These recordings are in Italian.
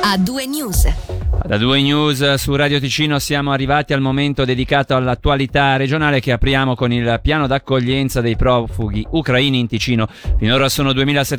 A2 News. Da 2 News su Radio Ticino siamo arrivati al momento dedicato all'attualità regionale, che apriamo con il piano d'accoglienza dei profughi ucraini in Ticino. Finora sono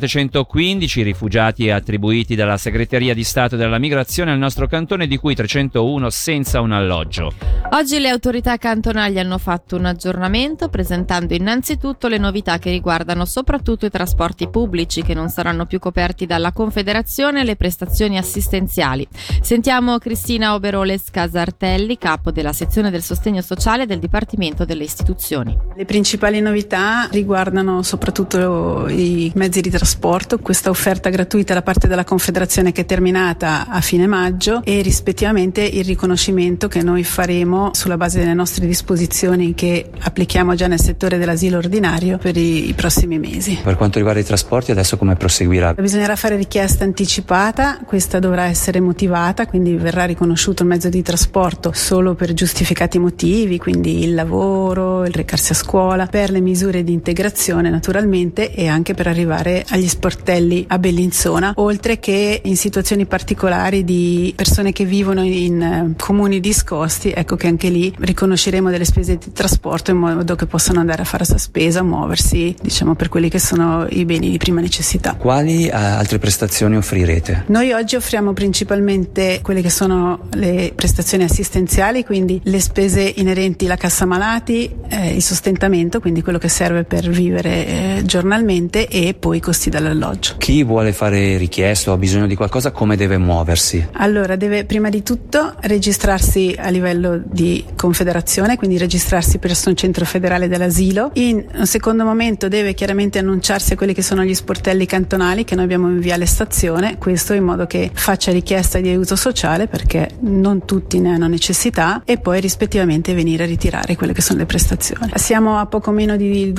2.715 rifugiati attribuiti dalla Segreteria di Stato della Migrazione al nostro cantone, di cui 301 senza un alloggio. Oggi le autorità cantonali hanno fatto un aggiornamento presentando innanzitutto le novità che riguardano soprattutto i trasporti pubblici, che non saranno più coperti dalla Confederazione, e le prestazioni assistenziali. Sentiamo Cristina Oberoles Casartelli, capo della sezione del sostegno sociale del Dipartimento delle Istituzioni. Le principali novità riguardano soprattutto i mezzi di trasporto, questa offerta gratuita da parte della Confederazione che è terminata a fine maggio, e rispettivamente il riconoscimento che noi faremo sulla base delle nostre disposizioni che applichiamo già nel settore dell'asilo ordinario per i prossimi mesi. Per quanto riguarda i trasporti, adesso come proseguirà? Bisognerà fare richiesta anticipata, questa dovrà essere motivata, quindi verrà riconosciuto il mezzo di trasporto solo per giustificati motivi, quindi il lavoro, il recarsi a scuola, per le misure di integrazione naturalmente, e anche per arrivare agli sportelli a Bellinzona, oltre che in situazioni particolari di persone che vivono in comuni discosti, ecco che anche lì riconosceremo delle spese di trasporto in modo che possano andare a fare la spesa, muoversi, diciamo, per quelli che sono i beni di prima necessità. Quali altre prestazioni offrirete? Noi oggi offriamo principalmente quelle che sono le prestazioni assistenziali, quindi le spese inerenti alla cassa malati, il sostentamento, quindi quello che serve per vivere giornalmente, e poi i costi dell'alloggio. Chi vuole fare richiesta o ha bisogno di qualcosa, come deve muoversi? Allora, deve prima di tutto registrarsi a livello di confederazione, quindi registrarsi presso un centro federale dell'asilo. In un secondo momento deve chiaramente annunciarsi a quelli che sono gli sportelli cantonali che noi abbiamo in viale Stazione, questo in modo che faccia richiesta di aiuto sociale, perché non tutti ne hanno necessità, e poi rispettivamente venire a ritirare quelle che sono le prestazioni. Siamo a poco meno di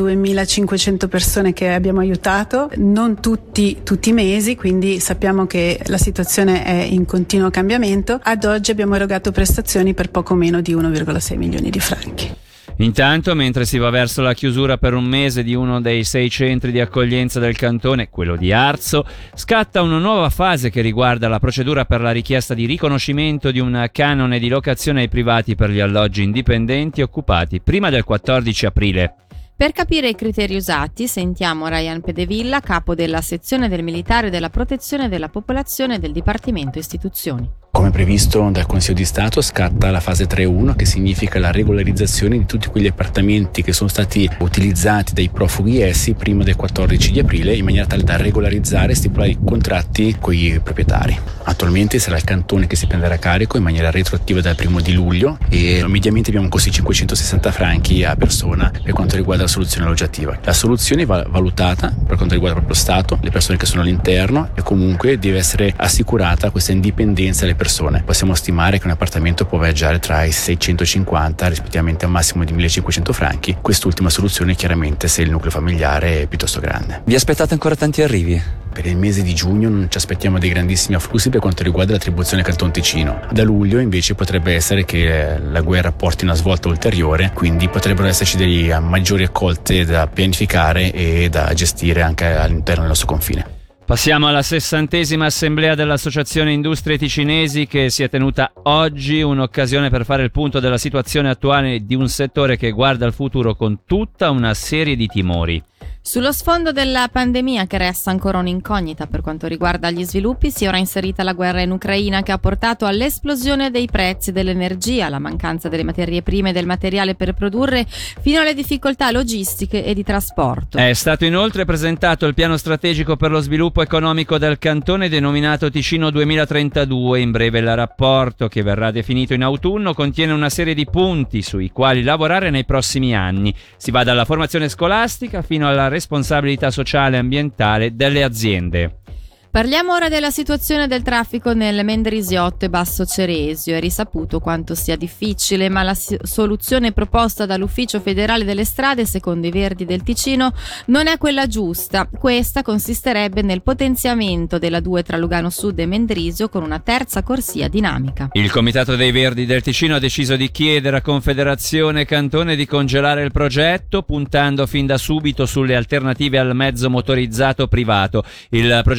2.500 persone che abbiamo aiutato, non tutti i mesi, quindi sappiamo che la situazione è in continuo cambiamento. Ad oggi abbiamo erogato prestazioni per poco meno di 1,6 milioni di franchi. Intanto, mentre si va verso la chiusura per un mese di uno dei 6 centri di accoglienza del cantone, quello di Arzo, scatta una nuova fase che riguarda la procedura per la richiesta di riconoscimento di un canone di locazione ai privati per gli alloggi indipendenti occupati prima del 14 aprile. Per capire i criteri usati, sentiamo Ryan Pedevilla, capo della sezione del militare della protezione della popolazione del Dipartimento Istituzioni. Come previsto dal Consiglio di Stato, scatta la fase 3.1, che significa la regolarizzazione di tutti quegli appartamenti che sono stati utilizzati dai profughi essi prima del 14 di aprile, in maniera tale da regolarizzare e stipulare i contratti con i proprietari. Attualmente sarà il cantone che si prenderà carico in maniera retroattiva dal 1 di luglio, e mediamente abbiamo un costo di 560 franchi a persona per quanto riguarda la soluzione alloggiativa. La soluzione va valutata per quanto riguarda proprio lo Stato, le persone che sono all'interno, e comunque deve essere assicurata questa indipendenza alle persone. Possiamo stimare che un appartamento può viaggiare tra i 650 rispettivamente a un massimo di 1.500 franchi. Quest'ultima soluzione chiaramente se il nucleo familiare è piuttosto grande. Vi aspettate ancora tanti arrivi? Per il mese di giugno non ci aspettiamo dei grandissimi afflussi per quanto riguarda l'attribuzione Canton Ticino. Da luglio invece potrebbe essere che la guerra porti una svolta ulteriore, quindi potrebbero esserci delle maggiori accolte da pianificare e da gestire anche all'interno del nostro confine. Passiamo alla 60ª assemblea dell'Associazione Industrie Ticinesi, che si è tenuta oggi, un'occasione per fare il punto della situazione attuale di un settore che guarda al futuro con tutta una serie di timori. Sullo sfondo della pandemia, che resta ancora un'incognita per quanto riguarda gli sviluppi, si è ora inserita la guerra in Ucraina, che ha portato all'esplosione dei prezzi dell'energia, alla mancanza delle materie prime e del materiale per produrre, fino alle difficoltà logistiche e di trasporto. È stato inoltre presentato il piano strategico per lo sviluppo economico del cantone, denominato Ticino 2032. In breve, il rapporto, che verrà definito in autunno, contiene una serie di punti sui quali lavorare nei prossimi anni. Si va dalla formazione scolastica fino alla responsabilità sociale e ambientale delle aziende. Parliamo ora della situazione del traffico nel Mendrisiotto e Basso Ceresio. È risaputo quanto sia difficile, ma la soluzione proposta dall'Ufficio Federale delle Strade, secondo i Verdi del Ticino, non è quella giusta. Questa consisterebbe nel potenziamento della 2 tra Lugano Sud e Mendrisio con una terza corsia dinamica. Il Comitato dei Verdi del Ticino ha deciso di chiedere a Confederazione e Cantone di congelare il progetto, puntando fin da subito sulle alternative al mezzo motorizzato privato. Il progetto proposto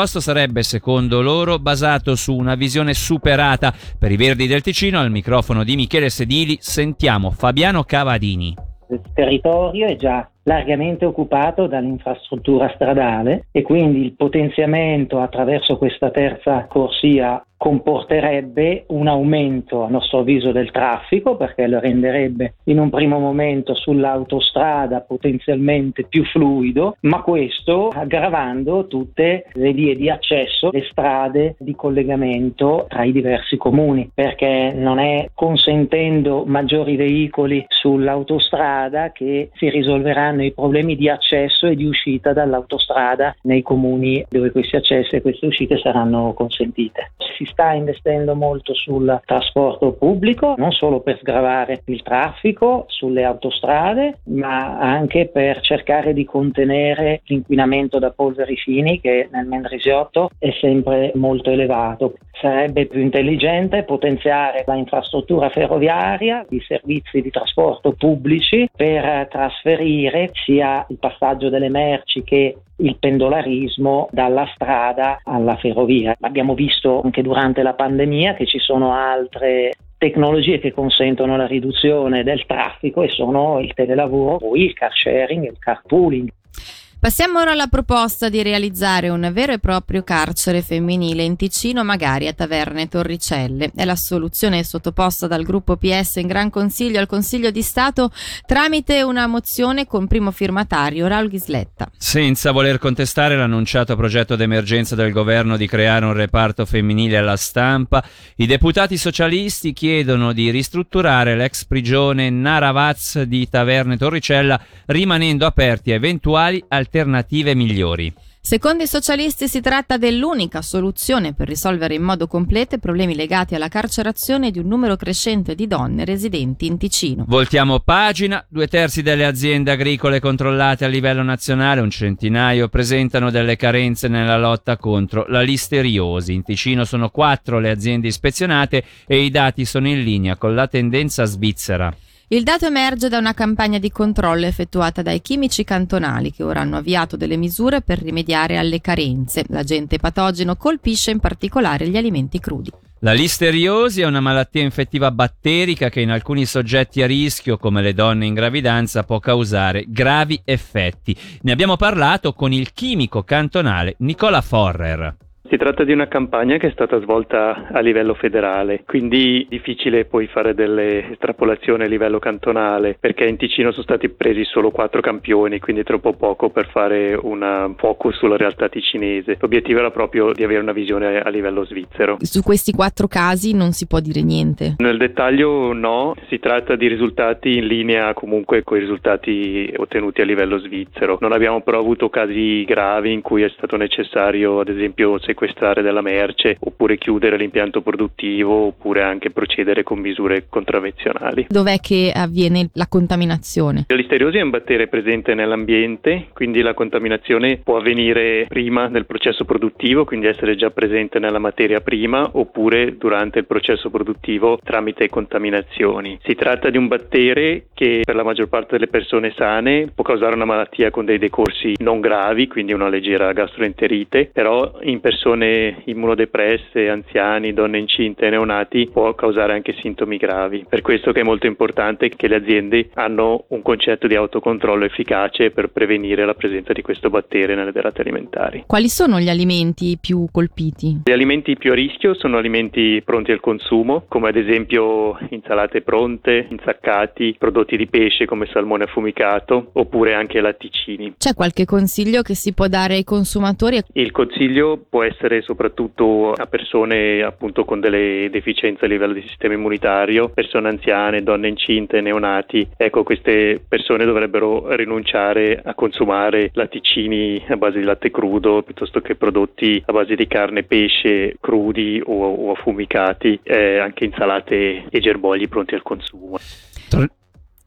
proposto sarebbe, secondo loro, basato su una visione superata. Per i Verdi del Ticino, al microfono di Michele Sedili, sentiamo Fabiano Cavadini. Il territorio è già largamente occupato dall'infrastruttura stradale e quindi il potenziamento attraverso questa terza corsia comporterebbe un aumento, a nostro avviso, del traffico, perché lo renderebbe in un primo momento sull'autostrada potenzialmente più fluido, ma questo aggravando tutte le vie di accesso, le strade di collegamento tra i diversi comuni, perché non è consentendo maggiori veicoli sull'autostrada che si risolveranno i problemi di accesso e di uscita dall'autostrada nei comuni dove questi accessi e queste uscite saranno consentite. Si sta investendo molto sul trasporto pubblico, non solo per sgravare il traffico sulle autostrade, ma anche per cercare di contenere l'inquinamento da polveri fini che nel Mendrisiotto è sempre molto elevato. Sarebbe più intelligente potenziare la infrastruttura ferroviaria, i servizi di trasporto pubblici per trasferire sia il passaggio delle merci che il pendolarismo dalla strada alla ferrovia. Abbiamo visto anche durante la pandemia che ci sono altre tecnologie che consentono la riduzione del traffico e sono il telelavoro, poi il car sharing e il carpooling. Passiamo ora alla proposta di realizzare un vero e proprio carcere femminile in Ticino, magari a Taverne Torricelle. È la soluzione sottoposta dal gruppo PS in Gran Consiglio al Consiglio di Stato tramite una mozione con primo firmatario Raul Ghisletta. Senza voler contestare l'annunciato progetto d'emergenza del governo di creare un reparto femminile alla Stampa, i deputati socialisti chiedono di ristrutturare l'ex prigione Naravaz di Taverne Torricella, rimanendo aperti a eventuali alternative migliori. Secondo i socialisti si tratta dell'unica soluzione per risolvere in modo completo i problemi legati alla carcerazione di un numero crescente di donne residenti in Ticino. Voltiamo pagina. 2/3 delle aziende agricole controllate a livello nazionale, un centinaio, presentano delle carenze nella lotta contro la listeriosi. In Ticino sono 4 le aziende ispezionate e i dati sono in linea con la tendenza svizzera. Il dato emerge da una campagna di controllo effettuata dai chimici cantonali che ora hanno avviato delle misure per rimediare alle carenze. L'agente patogeno colpisce in particolare gli alimenti crudi. La listeriosi è una malattia infettiva batterica che in alcuni soggetti a rischio, come le donne in gravidanza, può causare gravi effetti. Ne abbiamo parlato con il chimico cantonale Nicola Forrer. Si tratta di una campagna che è stata svolta a livello federale, quindi difficile poi fare delle estrapolazioni a livello cantonale, perché in Ticino sono stati presi solo 4 campioni, quindi troppo poco per fare un focus sulla realtà ticinese. L'obiettivo era proprio di avere una visione a livello svizzero. Su questi 4 casi non si può dire niente? Nel dettaglio no, si tratta di risultati in linea comunque con i risultati ottenuti a livello svizzero. Non abbiamo però avuto casi gravi in cui è stato necessario, ad esempio, sequestrare della merce, oppure chiudere l'impianto produttivo, oppure anche procedere con misure contravvenzionali. Dov'è che avviene la contaminazione? La listeriosi è un batterio presente nell'ambiente, quindi la contaminazione può avvenire prima del processo produttivo, quindi essere già presente nella materia prima, oppure durante il processo produttivo tramite contaminazioni. Si tratta di un batterio che per la maggior parte delle persone sane può causare una malattia con dei decorsi non gravi, quindi una leggera gastroenterite, però in persone immunodepresse, anziani, donne incinte e neonati può causare anche sintomi gravi. Per questo che è molto importante che le aziende hanno un concetto di autocontrollo efficace per prevenire la presenza di questo batterio nelle derrate alimentari. Quali sono gli alimenti più colpiti? Gli alimenti più a rischio sono alimenti pronti al consumo, come ad esempio insalate pronte, insaccati, prodotti di pesce come salmone affumicato, oppure anche latticini. C'è qualche consiglio che si può dare ai consumatori? Il consiglio può essere soprattutto a persone appunto con delle deficienze a livello di sistema immunitario, persone anziane, donne incinte, neonati. Ecco, queste persone dovrebbero rinunciare a consumare latticini a base di latte crudo piuttosto che prodotti a base di carne, pesce crudi o affumicati, anche insalate e germogli pronti al consumo.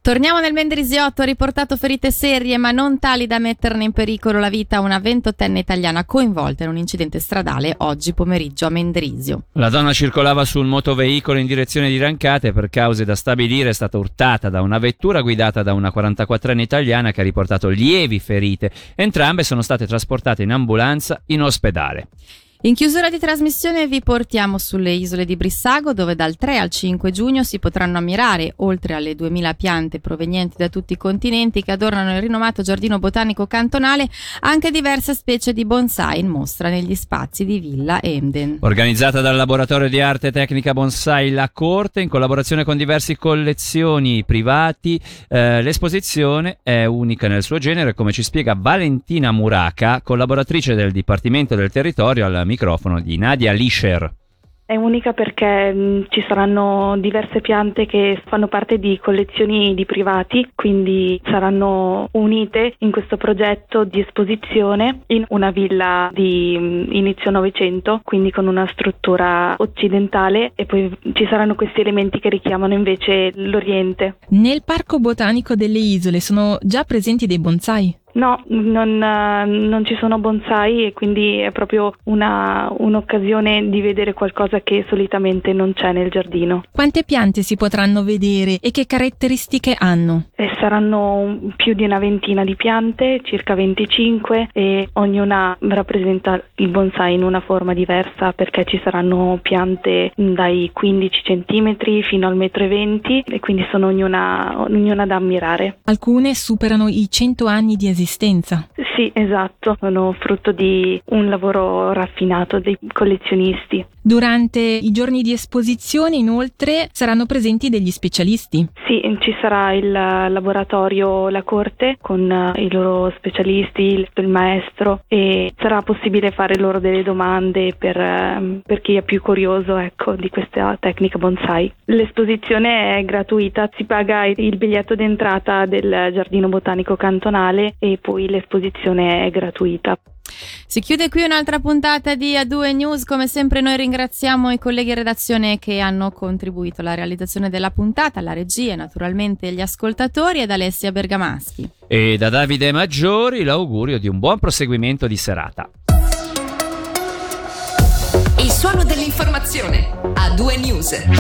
Torniamo nel Mendrisiotto, ha riportato ferite serie ma non tali da metterne in pericolo la vita una 28enne italiana coinvolta in un incidente stradale oggi pomeriggio a Mendrisio. La donna circolava su un motoveicolo in direzione di Rancate e per cause da stabilire è stata urtata da una vettura guidata da una 44enne italiana che ha riportato lievi ferite. Entrambe sono state trasportate in ambulanza in ospedale. In chiusura di trasmissione vi portiamo sulle isole di Brissago, dove dal 3 al 5 giugno si potranno ammirare, oltre alle 2000 piante provenienti da tutti i continenti che adornano il rinomato giardino botanico cantonale, anche diverse specie di bonsai in mostra negli spazi di Villa Emden. Organizzata dal Laboratorio di Arte e Tecnica Bonsai La Corte, in collaborazione con diverse collezioni privati, l'esposizione è unica nel suo genere, come ci spiega Valentina Muraca, collaboratrice del Dipartimento del Territorio al microfono di Nadia Lischer. È unica perché ci saranno diverse piante che fanno parte di collezioni di privati, quindi saranno unite in questo progetto di esposizione in una villa di inizio Novecento, quindi con una struttura occidentale, e poi ci saranno questi elementi che richiamano invece l'Oriente. Nel Parco Botanico delle Isole sono già presenti dei bonsai? No, non ci sono bonsai e quindi è proprio un'occasione di vedere qualcosa che solitamente non c'è nel giardino. Quante piante si potranno vedere e che caratteristiche hanno? Saranno più di una ventina di piante, circa 25, e ognuna rappresenta il bonsai in una forma diversa, perché ci saranno piante dai 15 centimetri fino al 1,20 m e quindi sono ognuna da ammirare. Alcune superano i 100 anni di esistenza. Sì, esatto, sono frutto di un lavoro raffinato dei collezionisti. Durante i giorni di esposizione, inoltre, saranno presenti degli specialisti? Sì, ci sarà il laboratorio La Corte con i loro specialisti, il maestro, e sarà possibile fare loro delle domande per chi è più curioso, ecco, di questa tecnica bonsai. L'esposizione è gratuita, si paga il biglietto d'entrata del Giardino Botanico Cantonale e poi l'esposizione è gratuita. Si chiude qui un'altra puntata di A2 News. Come sempre noi ringraziamo i colleghi in redazione che hanno contribuito alla realizzazione della puntata, la regia e naturalmente gli ascoltatori, ed Alessia Bergamaschi. E da Davide Maggiori l'augurio di un buon proseguimento di serata. Il suono dell'informazione. A2 News.